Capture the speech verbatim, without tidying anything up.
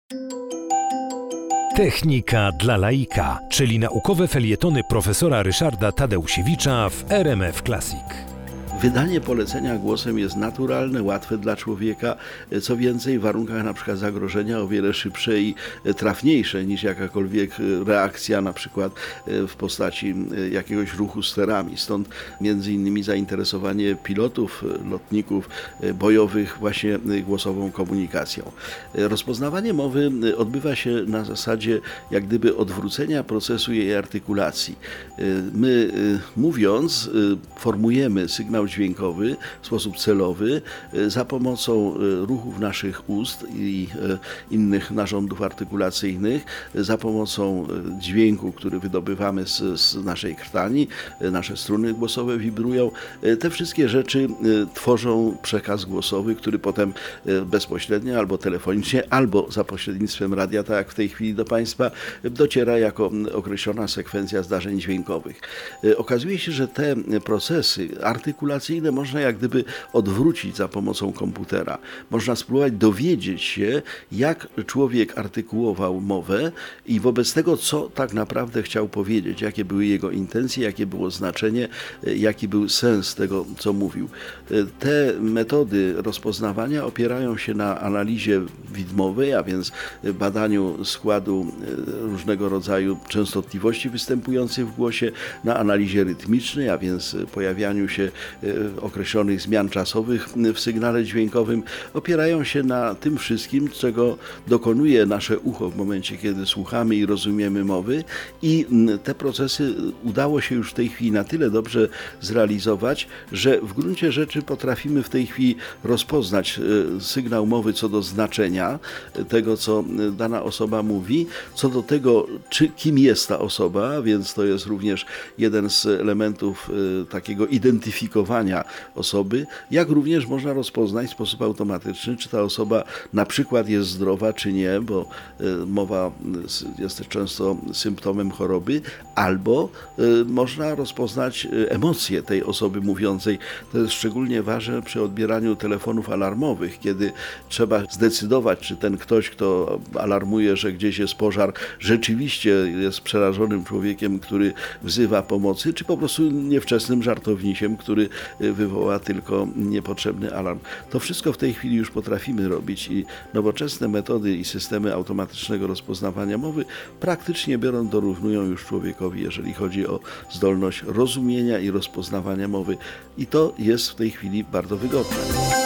Technika dla laika, czyli naukowe felietony profesora Ryszarda Tadeusiewicza w R M F Classic. Wydanie polecenia głosem jest naturalne, łatwe dla człowieka, co więcej w warunkach na przykład zagrożenia o wiele szybsze i trafniejsze niż jakakolwiek reakcja na przykład w postaci jakiegoś ruchu sterami. Stąd między innymi zainteresowanie pilotów, lotników bojowych właśnie głosową komunikacją. Rozpoznawanie mowy odbywa się na zasadzie jak gdyby odwrócenia procesu jej artykulacji. My mówiąc formujemy sygnał dźwiękowy w sposób celowy za pomocą ruchów naszych ust i innych narządów artykulacyjnych, za pomocą dźwięku, który wydobywamy z, z naszej krtani, nasze struny głosowe wibrują. Te wszystkie rzeczy tworzą przekaz głosowy, który potem bezpośrednio albo telefonicznie, albo za pośrednictwem radia, tak jak w tej chwili do Państwa, dociera jako określona sekwencja zdarzeń dźwiękowych. Okazuje się, że te procesy artykulacyjne można jak gdyby odwrócić za pomocą komputera. Można spróbować dowiedzieć się, jak człowiek artykułował mowę i wobec tego, co tak naprawdę chciał powiedzieć, jakie były jego intencje, jakie było znaczenie, jaki był sens tego, co mówił. Te metody rozpoznawania opierają się na analizie widmowej, a więc badaniu składu różnego rodzaju częstotliwości występujących w głosie, na analizie rytmicznej, a więc pojawianiu się określonych zmian czasowych w sygnale dźwiękowym, opierają się na tym wszystkim, czego dokonuje nasze ucho w momencie, kiedy słuchamy i rozumiemy mowy, i te procesy udało się już w tej chwili na tyle dobrze zrealizować, że w gruncie rzeczy potrafimy w tej chwili rozpoznać sygnał mowy co do znaczenia tego, co dana osoba mówi, co do tego, czy, kim jest ta osoba, więc to jest również jeden z elementów takiego identyfikowania osoby, jak również można rozpoznać w sposób automatyczny, czy ta osoba na przykład jest zdrowa, czy nie, bo mowa jest też często symptomem choroby, albo można rozpoznać emocje tej osoby mówiącej. To jest szczególnie ważne przy odbieraniu telefonów alarmowych, kiedy trzeba zdecydować, czy ten ktoś, kto alarmuje, że gdzieś jest pożar, rzeczywiście jest przerażonym człowiekiem, który wzywa pomocy, czy po prostu niewczesnym żartownisiem, który wywoła tylko niepotrzebny alarm. To wszystko w tej chwili już potrafimy robić i nowoczesne metody i systemy automatycznego rozpoznawania mowy praktycznie biorąc dorównują już człowiekowi, jeżeli chodzi o zdolność rozumienia i rozpoznawania mowy. I to jest w tej chwili bardzo wygodne.